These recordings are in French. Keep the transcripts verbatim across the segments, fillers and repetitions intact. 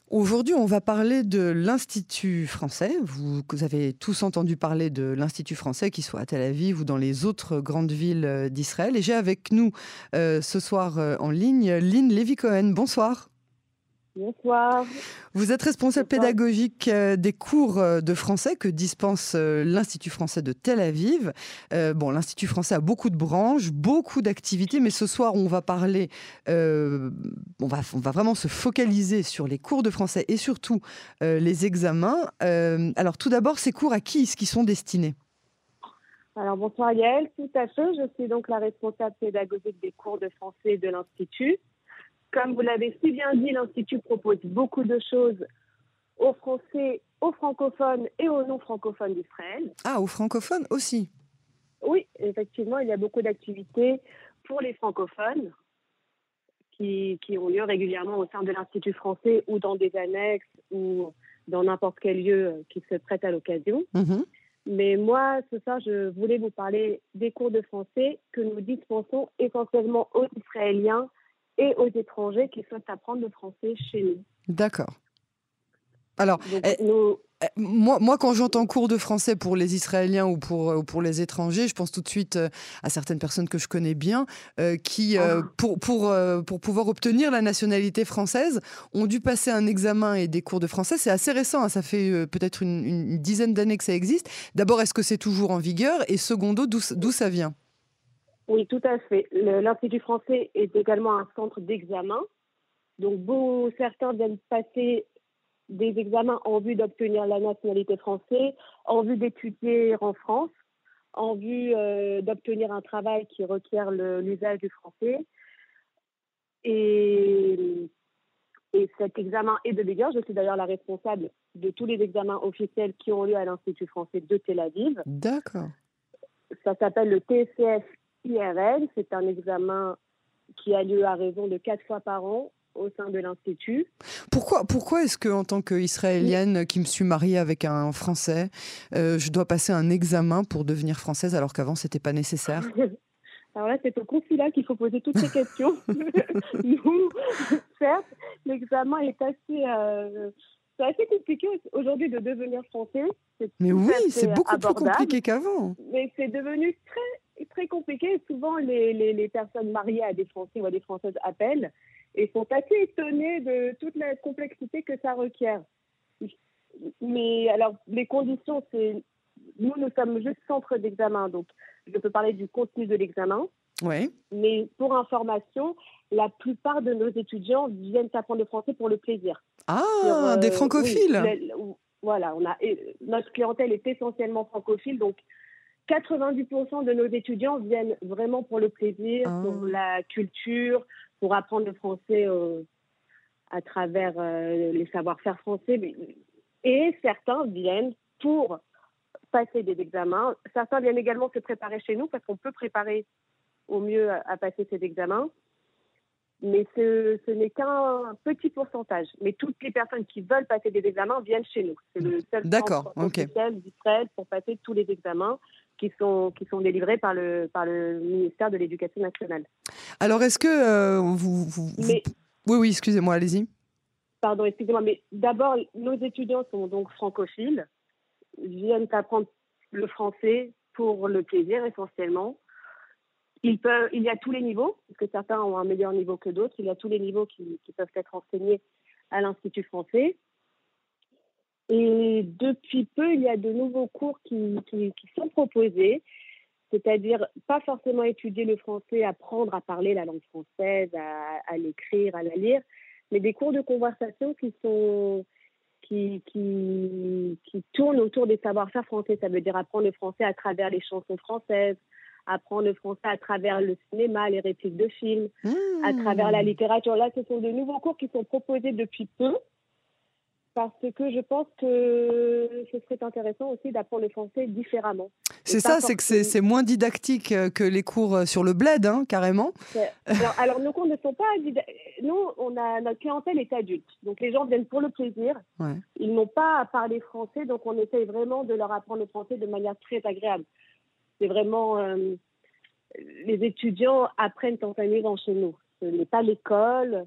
Aujourd'hui, on va parler de l'Institut français. Vous, vous avez tous entendu parler de l'Institut français, qu'il soit à Tel Aviv ou dans les autres grandes villes euh, d'Israël. Et j'ai avec nous euh, ce soir euh, en ligne Lynn Lévy-Cohen. Bonsoir. Bonsoir. Vous êtes responsable Bonsoir. pédagogique euh, des cours euh, de français que dispense euh, l'Institut français de Tel Aviv. Euh, bon, l'Institut français a beaucoup de branches, beaucoup d'activités, mais ce soir, on va parler, euh, on va, on va vraiment se focaliser sur les cours de français et surtout euh, les examens. Euh, alors, tout d'abord, ces cours, à qui est-ce qu'ils sont destinés? Alors bonsoir Yael, tout à fait. Je suis donc la responsable pédagogique des cours de français de l'Institut. Comme vous l'avez si bien dit, l'Institut propose beaucoup de choses aux Français, aux francophones et aux non-francophones d'Israël. Ah, aux francophones aussi. Oui, effectivement, il y a beaucoup d'activités pour les francophones qui, qui ont lieu régulièrement au sein de l'Institut français ou dans des annexes ou dans n'importe quel lieu qui se prête à l'occasion. Mmh. Mais moi, ce soir, je voulais vous parler des cours de français que nous dispensons essentiellement aux Israéliens et aux étrangers qui souhaitent apprendre le français chez nous. D'accord. Alors, Donc, eh, nous... eh, moi, moi, quand j'entends cours de français pour les Israéliens ou pour, ou pour les étrangers, je pense tout de suite euh, à certaines personnes que je connais bien euh, qui, euh, Ah, pour, pour, euh, pour pouvoir obtenir la nationalité française, ont dû passer un examen et des cours de français. C'est assez récent, hein, ça fait euh, peut-être une, une dizaine d'années que ça existe. D'abord, est-ce que c'est toujours en vigueur? Et secondo, d'où d'où ça vient? oui, tout à fait. Le- L'Institut français est également un centre d'examen. Donc, beau, certains viennent passer des examens en vue d'obtenir la nationalité française, en vue d'étudier en France, en vue euh, d'obtenir un travail qui requiert le- l'usage du français. Et Et cet examen est de vigueur. Je suis d'ailleurs la responsable de tous les examens officiels qui ont lieu à l'Institut français de Tel Aviv. D'accord. Ça s'appelle le T C F I R L. C'est un examen qui a lieu à raison de quatre fois par an au sein de l'Institut. Pourquoi, pourquoi est-ce que, en tant qu'Israélienne qui me suis mariée avec un Français, euh, je dois passer un examen pour devenir française alors qu'avant, c'était pas nécessaire? Alors là, c'est au consulat qu'il faut poser toutes ces questions. Nous, certes, l'examen est assez, euh, c'est assez compliqué aujourd'hui de devenir français. C'est Mais tout oui, à c'est fait beaucoup plus abordable. compliqué qu'avant. Mais c'est devenu très, très compliqué. Et souvent, les, les, les personnes mariées à des Français ou à des Françaises appellent et sont assez étonnées de toute la complexité que ça requiert. Mais alors, les conditions, c'est... Nous, nous sommes juste centre d'examen, donc je peux parler du contenu de l'examen. Oui. Mais pour information, la plupart de nos étudiants viennent apprendre le français pour le plaisir. Sur, Ah, des euh, oui, francophiles. le- le- voilà, on a, et notre clientèle est essentiellement francophile, donc quatre-vingt-dix pour cent de nos étudiants viennent vraiment pour le plaisir, pour Ah. la culture, pour apprendre le français euh, à travers euh, les savoir-faire français. Mais- Et certains viennent pour passer des examens. Certains viennent également se préparer chez nous parce qu'on peut préparer au mieux à, à passer ces examens. Mais ce, ce n'est qu'un petit pourcentage. Mais toutes les personnes qui veulent passer des examens viennent chez nous. C'est le seul D'accord, centre ok. officiel d'Israël pour passer tous les examens qui sont, qui sont délivrés par le, par le ministère de l'Éducation nationale. Alors, est-ce que euh, vous, vous, vous- Mais, Oui, oui, excusez-moi, allez-y. pardon, excusez-moi, mais d'abord, nos étudiants sont donc francophiles, viennent apprendre le français pour le plaisir essentiellement. Il, peut, il y a tous les niveaux, parce que certains ont un meilleur niveau que d'autres. Il y a tous les niveaux qui, qui peuvent être enseignés à l'Institut français. Et depuis peu, il y a de nouveaux cours qui, qui, qui sont proposés, c'est-à-dire pas forcément étudier le français, apprendre à parler la langue française, à, à l'écrire, à la lire, mais des cours de conversation qui sont qui, qui, qui tournent autour des savoir-faire français. Ça veut dire apprendre le français à travers les chansons françaises, apprendre le français à travers le cinéma, les répliques de films, à travers la Mmh. littérature. Là, ce sont de nouveaux cours qui sont proposés depuis peu, parce que je pense que ce serait intéressant aussi d'apprendre le français différemment. Et C'est pas ça, c'est que c'est forcément... c'est moins didactique euh, que les cours euh, sur le bled, hein, carrément. Alors, alors, nos cours ne sont pas... Nous, on a, notre clientèle est adulte. Donc, les gens viennent pour le plaisir. Ouais. Ils n'ont pas à parler français, donc on essaye vraiment de leur apprendre le français de manière très agréable. C'est vraiment... Euh, les étudiants apprennent en s'amusant chez nous. Ce n'est pas l'école,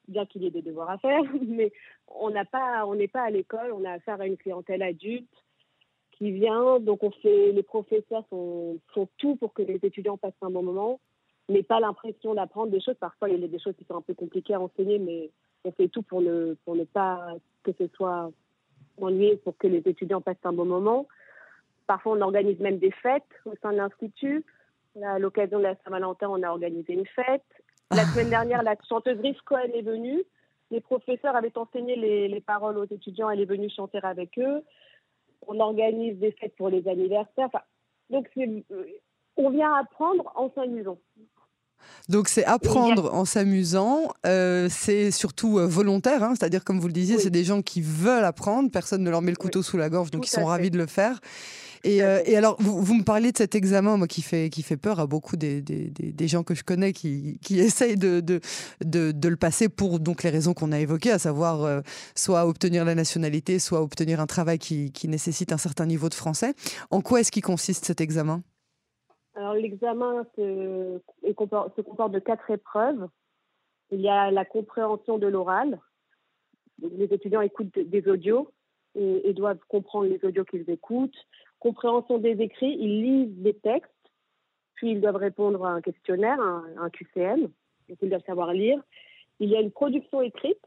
bien qu'il y ait des devoirs à faire, mais on n'a pas, on n'est pas à l'école, on a affaire à une clientèle adulte qui vient, donc on fait, les professeurs font, font tout pour que les étudiants passent un bon moment, mais pas l'impression d'apprendre des choses. Parfois, il y a des choses qui sont un peu compliquées à enseigner, mais on fait tout pour ne, pour ne pas que ce soit ennuyé, pour que les étudiants passent un bon moment. Parfois, on organise même des fêtes au sein de l'Institut. Là, à l'occasion de la Saint-Valentin, on a organisé une fête. La semaine dernière, la chanteuse Riff Cohen est venue. Les professeurs avaient enseigné les, les paroles aux étudiants. Elle est venue chanter avec eux. On organise des fêtes pour les anniversaires. Enfin, donc, c'est, on vient apprendre en s'amusant. Donc c'est apprendre en s'amusant, euh, c'est surtout euh, volontaire, hein, c'est-à-dire comme vous le disiez, oui. C'est des gens qui veulent apprendre, personne ne leur met le couteau oui. sous la gorge, donc Tout ils sont ravis fait. de le faire. Et, euh, et alors, vous, vous me parliez de cet examen moi, qui, fait, qui fait peur à beaucoup des, des, des, des gens que je connais qui, qui essayent de, de, de, de le passer pour donc, les raisons qu'on a évoquées, à savoir euh, soit obtenir la nationalité, soit obtenir un travail qui, qui nécessite un certain niveau de français. En quoi est-ce qu'il consiste cet examen ? Alors, l'examen se, se comporte de quatre épreuves. Il y a la compréhension de l'oral. Les étudiants écoutent des audios et, et doivent comprendre les audios qu'ils écoutent. Compréhension des écrits, ils lisent des textes, puis ils doivent répondre à un questionnaire, un, un Q C M, donc ils doivent savoir lire. Il y a une production écrite.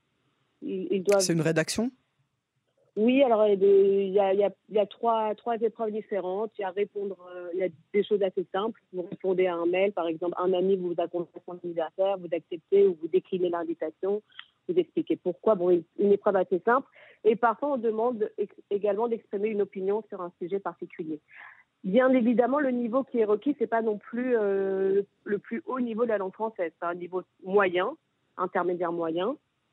Ils, ils doivent... C'est une rédaction ? Oui, alors il y a, il y a, il y a trois, trois épreuves différentes. Il y a répondre, euh, il y a des choses assez simples. Vous répondez à un mail, par exemple, un ami vous a contacté son anniversaire, vous acceptez ou vous déclinez l'invitation, vous expliquez pourquoi. Bon, une épreuve assez simple. Et parfois, on demande ex- également d'exprimer une opinion sur un sujet particulier. Bien évidemment, le niveau qui est requis, c'est pas non plus euh, le plus haut niveau de la langue française. C'est un niveau moyen, intermédiaire moyen.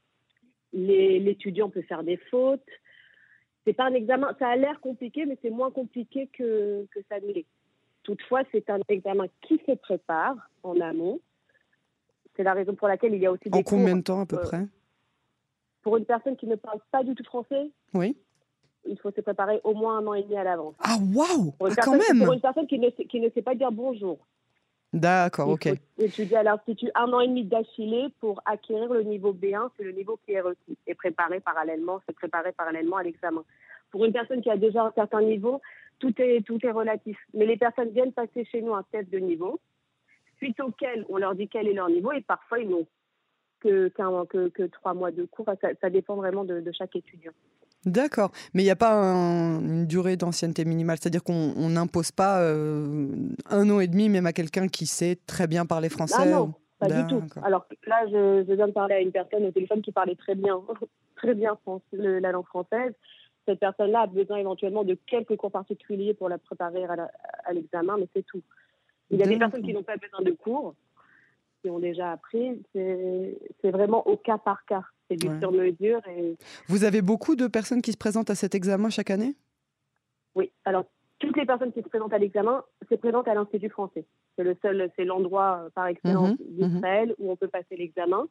Les, l'étudiant peut faire des fautes. C'est pas un examen, ça a l'air compliqué, mais c'est moins compliqué que, que ça ne l'est. Toutefois, c'est un examen qui se prépare en amont. C'est la raison pour laquelle il y a aussi des En combien cours, de temps à peu euh, près ? Pour une personne qui ne parle pas du tout français, oui. Il faut se préparer au moins un an et demi à l'avance. Ah waouh, ah, personne, quand même. Pour une personne qui ne, qui ne sait pas dire bonjour. D'accord, il ok. Il faut étudier à l'Institut un an et demi d'affilée pour acquérir le niveau B un, c'est le niveau qui est requis. Et préparer parallèlement, se préparer parallèlement à l'examen. Pour une personne qui a déjà un certain niveau, tout est, tout est relatif. Mais les personnes viennent passer chez nous un test de niveau, suite auquel on leur dit quel est leur niveau, et parfois ils n'ont que, que, que trois mois de cours. Ça, ça dépend vraiment de, de chaque étudiant. D'accord, mais il n'y a pas un, une durée d'ancienneté minimale, c'est-à-dire qu'on n'impose pas euh, un an et demi même à quelqu'un qui sait très bien parler français. Ah non, ou... pas D'accord. du tout. Alors là, je, je viens de parler à une personne au téléphone qui parlait très bien, très bien français, le, la langue française. Cette personne-là a besoin éventuellement de quelques cours particuliers pour la préparer à, la, à l'examen, mais c'est tout. Il y a D'accord. des personnes qui n'ont pas besoin de cours, qui ont déjà appris. C'est, c'est vraiment au cas par cas. C'est du ouais. sur mesure. Et... Vous avez beaucoup de personnes qui se présentent à cet examen chaque année ? Oui. Alors, toutes les personnes qui se présentent à l'examen se présentent à l'Institut français. C'est le seul, c'est l'endroit par excellence mmh, d'Israël mmh. où on peut passer l'examen.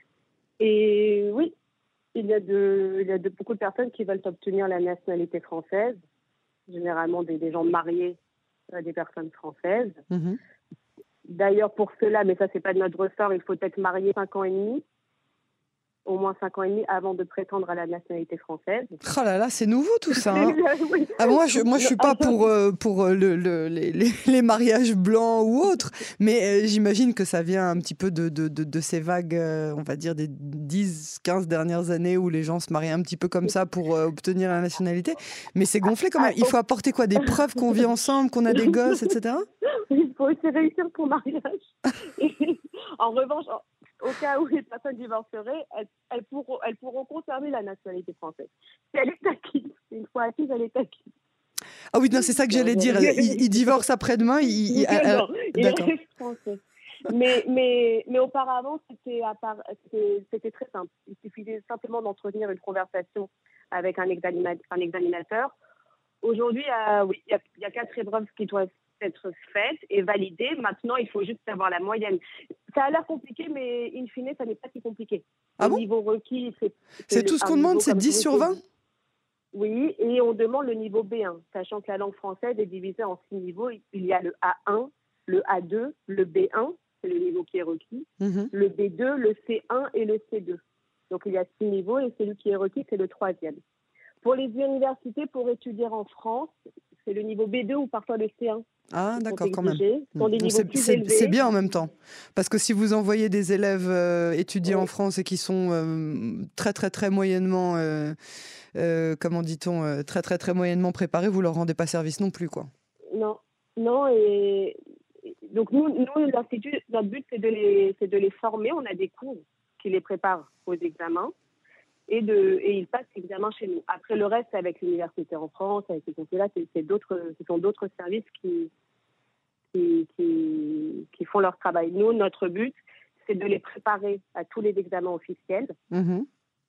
Et oui, il y a de, il y a de beaucoup de personnes qui veulent obtenir la nationalité française, généralement des, des gens mariés à des personnes françaises. Mmh. D'ailleurs, pour cela, mais ça, c'est pas de notre ressort, il faut être marié cinq ans et demi. Au moins cinq ans et demi avant de prétendre à la nationalité française. Oh là là, c'est nouveau tout ça. Hein. oui. ah, moi, je moi, je suis pas pour, euh, pour euh, le, le, les, les mariages blancs ou autres, mais euh, j'imagine que ça vient un petit peu de, de, de, de ces vagues, euh, on va dire, des dix quinze dernières années où les gens se mariaient un petit peu comme ça pour euh, obtenir la nationalité. Mais c'est gonflé quand même. Il faut apporter quoi ? Des preuves qu'on vit ensemble, qu'on a des gosses, et cetera. Il faut aussi réussir son mariage. Et, en revanche... Au cas où les personnes divorceraient, elles, elles, pourront, elles pourront conserver la nationalité française. Si elle est acquise, une fois acquise, elle est acquise. Ah oui, non, c'est ça que j'allais dire. Ils, ils divorcent après-demain. Ils, ils, non, il reste français. Mais, mais, mais auparavant, c'était, à part, c'était, c'était très simple. Il suffisait simplement d'entretenir une conversation avec un, examinateur. Un examinateur. Aujourd'hui, euh, oui, il y, y a quatre épreuves qui doivent être faites et validées. Maintenant, il faut juste savoir la moyenne. Ça a l'air compliqué, mais in fine, ça n'est pas si compliqué. Ah le bon niveau requis, c'est... C'est, c'est tout ce qu'on demande, c'est dix sur vingt ? Oui, et on demande le niveau B un, sachant que la langue française est divisée en six niveaux. Il y a le A un, le A deux, le B un c'est le niveau qui est requis. Mmh. Le B deux, le C un et le C deux. Donc, il y a six niveaux et celui qui est requis, c'est le troisième. Pour les universités, pour étudier en France, c'est le niveau B deux ou parfois le C un. Ah, d'accord, quand même. Ce sont des Donc, niveaux c'est, plus c'est, élevés. c'est bien en même temps. Parce que si vous envoyez des élèves euh, étudier Oui. en France et qui sont euh, très, très, très moyennement, euh, euh, comment dit-on, euh, très, très, très moyennement préparés, vous leur rendez pas service non plus, quoi. Non, non. Et donc, nous, nous l'Institut, notre but, c'est de, les, c'est de les former. On a des cours qui les préparent aux examens. Et, de, et ils passent l'examen chez nous. Après, le reste, avec l'université en France, avec les consulats, c'est, c'est d'autres, ce sont d'autres services qui, qui, qui, qui font leur travail. Nous, notre but, c'est de les préparer à tous les examens officiels Mmh.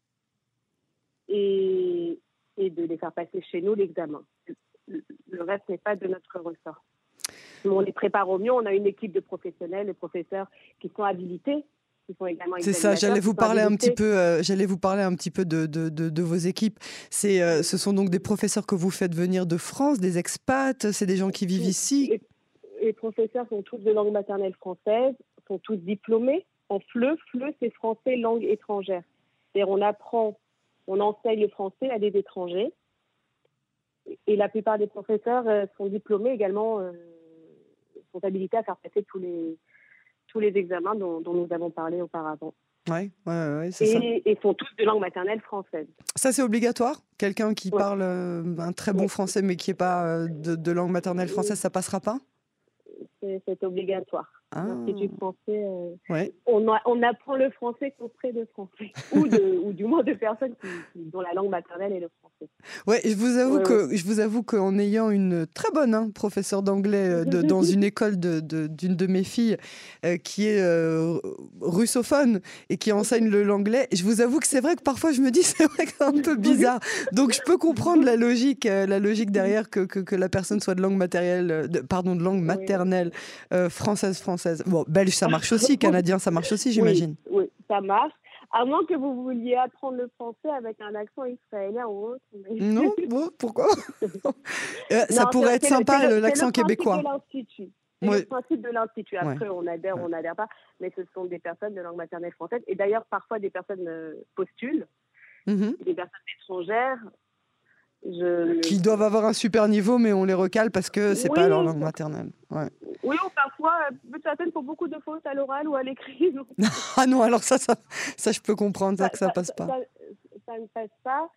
et, et de les faire passer chez nous l'examen. Le, le reste n'est pas de notre ressort. Nous, on les prépare au mieux. On a une équipe de professionnels, de professeurs qui sont habilités. Qui sont également C'est ça, examinateurs, j'allais qui vous sont parler un habilités. petit peu, euh, j'allais vous parler un petit peu de, de, de, de vos équipes. C'est, euh, ce sont donc des professeurs que vous faites venir de France, des expats, c'est des gens qui vivent Tous- ici. Les, les professeurs sont tous de langue maternelle française, sont tous diplômés en F L E. F L E, c'est français langue étrangère. C'est-à-dire on apprend, on enseigne le français à des étrangers. Et la plupart des professeurs euh, sont diplômés également, euh, sont habilités à faire passer tous les, tous les examens dont, dont nous avons parlé auparavant. Ouais, ouais, ouais, c'est ça. Et, et sont tous de langue maternelle française. Ça, c'est obligatoire? Quelqu'un qui Ouais. parle euh, un très bon Ouais. français, mais qui n'est pas euh, de, de langue maternelle française, ça passera pas? C'est, c'est obligatoire. Ah, L'Institut français, euh, ouais. on, a- on apprend le français qu'auprès de français, ou, de, ou du moins de personnes qui, qui- dont la langue maternelle est le français. Ouais, je vous avoue Ouais, que je vous avoue qu'en ayant une très bonne hein, professeure d'anglais euh, de- dans une école de, de- d'une de mes filles euh, qui est euh, russophone et qui enseigne le l'anglais, je vous avoue que c'est vrai que parfois je me dis c'est vrai que c'est un peu bizarre. Donc je peux comprendre la logique, euh, la logique derrière que, que, que la personne soit de langue matérielle, euh, de, pardon, de langue Oui. maternelle euh, française française. Bon, belge ça marche aussi, canadien ça marche aussi, j'imagine. Oui, oui, ça marche. À moins que vous vouliez apprendre le français avec un accent israélien ou autre. Mais... Non, bon, pourquoi? Euh, ça Non, pourrait c'est- être c'est le- sympa, c'est le- le- c'est l'accent le principe québécois. de l'Institut. C'est Ouais. le principe de l'Institut. Après, Ouais. on adhère ou on n'adhère pas. Mais ce sont des personnes de langue maternelle française. Et d'ailleurs, parfois, des personnes euh, postulent, Mhm. des personnes étrangères. Je... Qui doivent avoir un super niveau, mais on les recale parce que c'est Oui, pas leur langue maternelle. Ouais. oui, ou parfois, euh, certaines font beaucoup de fautes à l'oral ou à l'écrit. Donc, Ah non, alors ça, ça, ça, je peux comprendre ça, ça, que ça ça, passe ça, pas. ça- ça ne passe pas.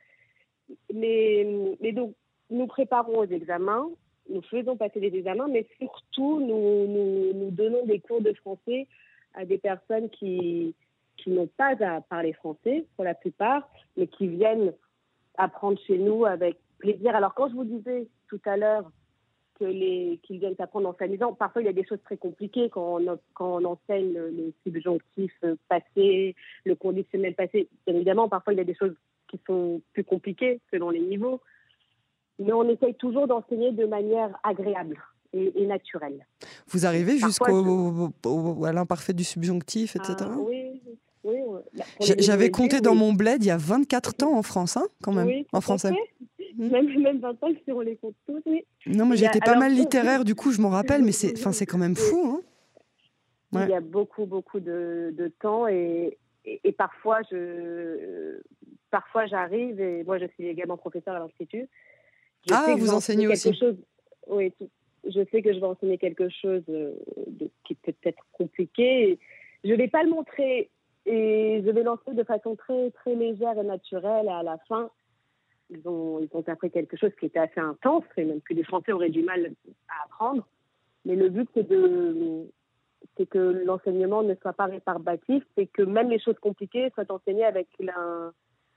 Mais, mais donc, nous préparons aux examens, nous faisons passer des examens, mais surtout, nous, nous, nous donnons des cours de français à des personnes qui, qui n'ont pas à parler français, pour la plupart, mais qui viennent apprendre chez nous avec plaisir. Alors, quand je vous disais tout à l'heure que les, qu'ils viennent apprendre en s'amusant, parfois, il y a des choses très compliquées quand on, quand on enseigne le, le subjonctif passé, le conditionnel passé. Bien évidemment, parfois, il y a des choses qui sont plus compliquées selon les niveaux. Mais on essaye toujours d'enseigner de manière agréable et, et naturelle. Vous arrivez Parfois, jusqu'au au- au- à l'imparfait du subjonctif, et cetera. Ah, oui, oui. ouais. Bah, pour J'ai- les J'avais niveaux compté élevés, dans oui. mon bled il y a vingt-quatre ans en France, hein, quand même, Oui, tout en à français. fait. Mm. Même, même vingt-cinq si on les compte tous, oui. Non, mais Il y a- j'étais pas alors, mal on- littéraire, du coup, je m'en rappelle, mais c'est, enfin, c'est quand même Oui. fou. Hein. Ouais. Il y a beaucoup, beaucoup de, de temps et, et, et parfois, je, parfois j'arrive et moi je suis également professeure à l'Institut. Je Ah, sais que je vous vais enseignez enseigner quelque aussi. chose. Oui, tout- je sais que je vais enseigner quelque chose euh, de, qui peut être compliqué. Je ne vais pas le montrer et je vais l'enseigner de façon très, très légère et naturelle. Et à la fin, ils ont, ils ont appris quelque chose qui était assez intense et même que les Français auraient du mal à apprendre. Mais le but, c'est de c'est que l'enseignement ne soit pas rébarbatif, c'est que même les choses compliquées soient enseignées avec la, un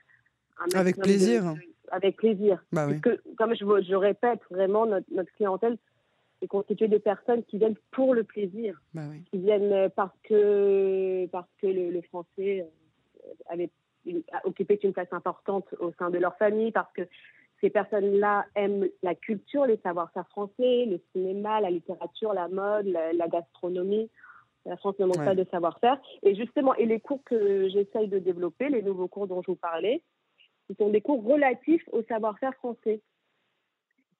Avec maximum plaisir. de- de- avec plaisir. Bah oui. Parce que, comme je, je répète, vraiment, notre, notre clientèle est constituée de personnes qui viennent pour le plaisir, Bah oui. qui viennent parce que, parce que le, le français euh, avait une- a occupé une place importante au sein de leur famille, parce que ces personnes-là aiment la culture, les savoir-faire français, le cinéma, la littérature, la mode, la, la gastronomie. La France ne manque Ouais. pas de savoir-faire. Et justement, et les cours que j'essaye de développer, les nouveaux cours dont je vous parlais, ce sont des cours relatifs au savoir-faire français.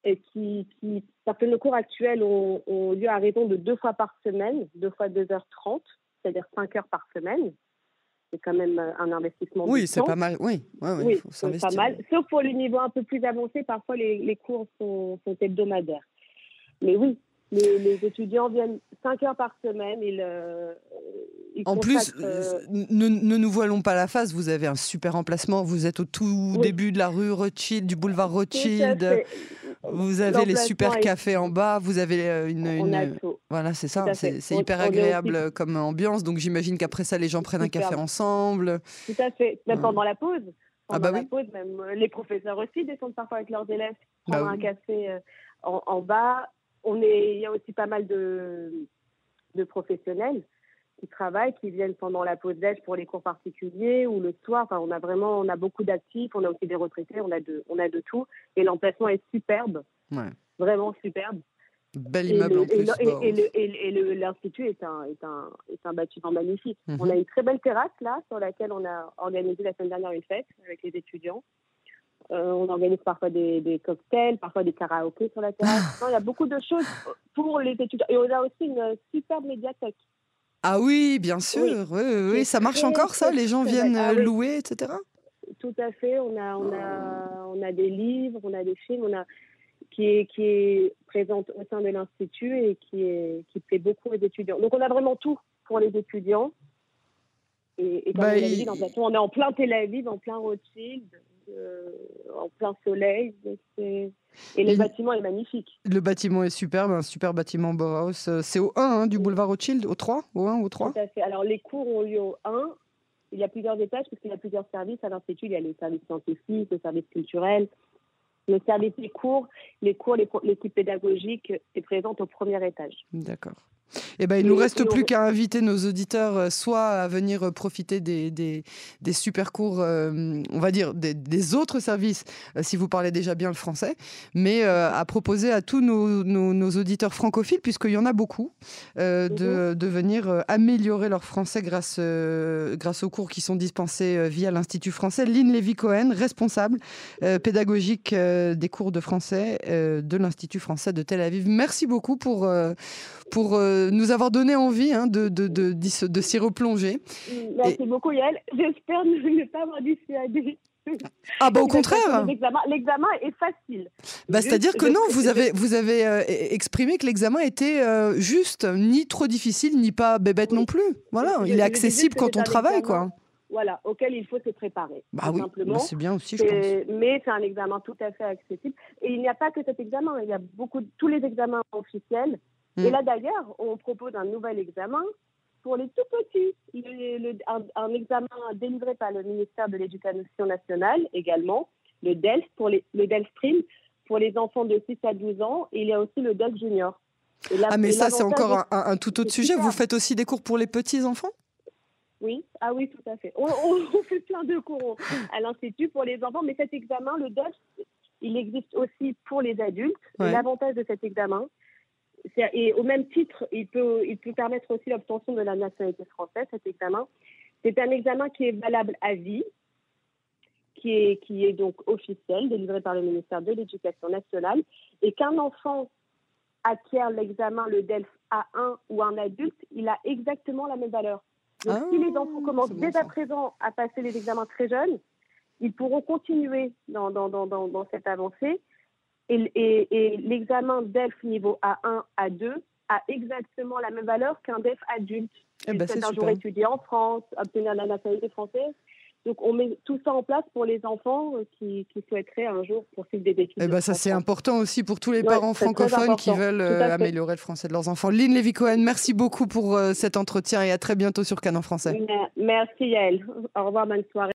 et qui, qui, parce que nos cours actuels ont, ont lieu à raison de deux fois par semaine, deux fois deux heures trente, c'est-à-dire cinq heures par semaine. C'est quand même un investissement. Oui, c'est pas mal. Oui, ouais, ouais, oui, faut c'est pas mal. Sauf pour le niveau un peu plus avancé, parfois les, les cours sont, sont hebdomadaires. Mais oui, les, les étudiants viennent cinq heures par semaine. Ils, euh, ils en plus, euh... ne, ne nous voilons pas la face, vous avez un super emplacement. Vous êtes au tout oui. début de la rue Rothschild, du boulevard Rothschild. Vous avez les super cafés est... en bas. Vous avez une. On une... a tout. Voilà, c'est ça. C'est, c'est hyper on agréable aussi... comme ambiance. Donc j'imagine qu'après ça, les gens prennent super. un café ensemble. Tout à fait. Même ouais. pendant la pause. Pendant ah bah la oui. pause, même les professeurs aussi descendent parfois avec leurs élèves prendre bah un oui. café en, en bas. On est, il y a aussi pas mal de, de professionnels qui travaillent, qui viennent pendant la pause déj pour les cours particuliers ou le soir. Enfin, on a vraiment, on a beaucoup d'actifs, on a aussi des retraités, on a de, on a de tout. Et l'emplacement est superbe, ouais. vraiment superbe. Bel immeuble et le, en plus. Et, bon. et, le, et, et le, l'institut est un, est, un, est un bâtiment magnifique. Mm-hmm. On a une très belle terrasse là, sur laquelle on a organisé la semaine dernière une fête avec les étudiants. Euh, on organise parfois des, des cocktails, parfois des karaokés sur la terrasse. Non, il y a beaucoup de choses pour les étudiants. Et on a aussi une superbe médiathèque. Ah oui, bien sûr. Oui, oui, oui. oui. Ça marche très, encore, ça? Les gens viennent ah, louer, et cetera? Tout à fait. On a, on a, on a des livres, on a des films, on a, qui, est, qui est présente au sein de l'Institut et qui, est, qui plaît beaucoup aux étudiants. Donc, on a vraiment tout pour les étudiants. Et, et comme bah, vous l'avez dit, dans on est en plein Tel Aviv, en plein Rothschild. Euh, en plein soleil. C'est... Et le il... bâtiment est magnifique. Le bâtiment est superbe, un super bâtiment Bauhaus. C'est au un hein, du boulevard Rothschild, au trois, au un ou au trois? Tout à fait. Alors les cours ont lieu au un. Il y a plusieurs étages parce qu'il y a plusieurs services à l'Institut. Il y a le service scientifique, le service culturel, le service des cours. Les cours, les, l'équipe pédagogique est présente au premier étage. D'accord. Eh ben, il ne nous reste plus qu'à inviter nos auditeurs soit à venir profiter des, des, des super cours, euh, on va dire, des, des autres services, euh, si vous parlez déjà bien le français, mais euh, à proposer à tous nos, nos, nos auditeurs francophiles, puisqu'il y en a beaucoup, euh, de, de venir euh, améliorer leur français grâce, euh, grâce aux cours qui sont dispensés euh, via l'Institut français. Lynn Lévy-Cohen, responsable euh, pédagogique euh, des cours de français euh, de l'Institut français de Tel Aviv. Merci beaucoup pour, euh, pour euh, nous avoir donné envie hein, de, de, de, de, de s'y replonger. Merci Et... beaucoup Yael. J'espère ne pas avoir dissuadé. Ah bah au contraire. L'examen, l'examen est facile. Bah, c'est-à-dire que non, vous avez, vous avez euh, exprimé que l'examen était euh, juste, ni trop difficile, ni pas bébête oui. non plus. Voilà, je, il est accessible quand on travaille. Examen, quoi. Voilà, auquel il faut se préparer. Bah oui, simplement. Bah c'est bien aussi, je pense. Mais c'est un examen tout à fait accessible. Et il n'y a pas que cet examen, il y a beaucoup, tous les examens officiels. Et là, d'ailleurs, on propose un nouvel examen pour les tout petits. Le, le, un, un examen délivré par le ministère de l'Éducation nationale également, le D E L F, pour les, le D E L F Stream, pour les enfants de six à douze ans. Et il y a aussi le D E L F Junior. Et la, ah, mais ça, c'est encore un, un, un tout autre sujet. Super. Vous faites aussi des cours pour les petits-enfants ? Oui, ah oui, tout à fait. On, on, on fait plein de cours à l'Institut pour les enfants, mais cet examen, le D E L F, il existe aussi pour les adultes. Ouais. Et l'avantage de cet examen, c'est, et au même titre, il peut, il peut permettre aussi l'obtention de la nationalité française, cet examen. C'est un examen qui est valable à vie, qui est, qui est donc officiel, délivré par le ministère de l'Éducation nationale, et qu'un enfant acquiert l'examen, le D E L F A un ou un adulte, il a exactement la même valeur. Donc, ah, si les enfants commencent bon dès ça. à présent à passer les examens très jeunes, ils pourront continuer dans, dans, dans, dans, dans cette avancée. Et, et, et l'examen D E L F niveau A un, A deux a exactement la même valeur qu'un D E L F adulte. Eh ben, c'est un super. jour étudier en France, obtenir la nationalité française. Donc, on met tout ça en place pour les enfants qui, qui souhaiteraient un jour poursuivre des études. Eh ben, ça, c'est important aussi pour tous les ouais, parents francophones qui veulent euh, améliorer le français de leurs enfants. Lynn Lévy-Cohen, merci beaucoup pour euh, cet entretien et à très bientôt sur Canon Français. Merci Yael. Au revoir, bonne soirée.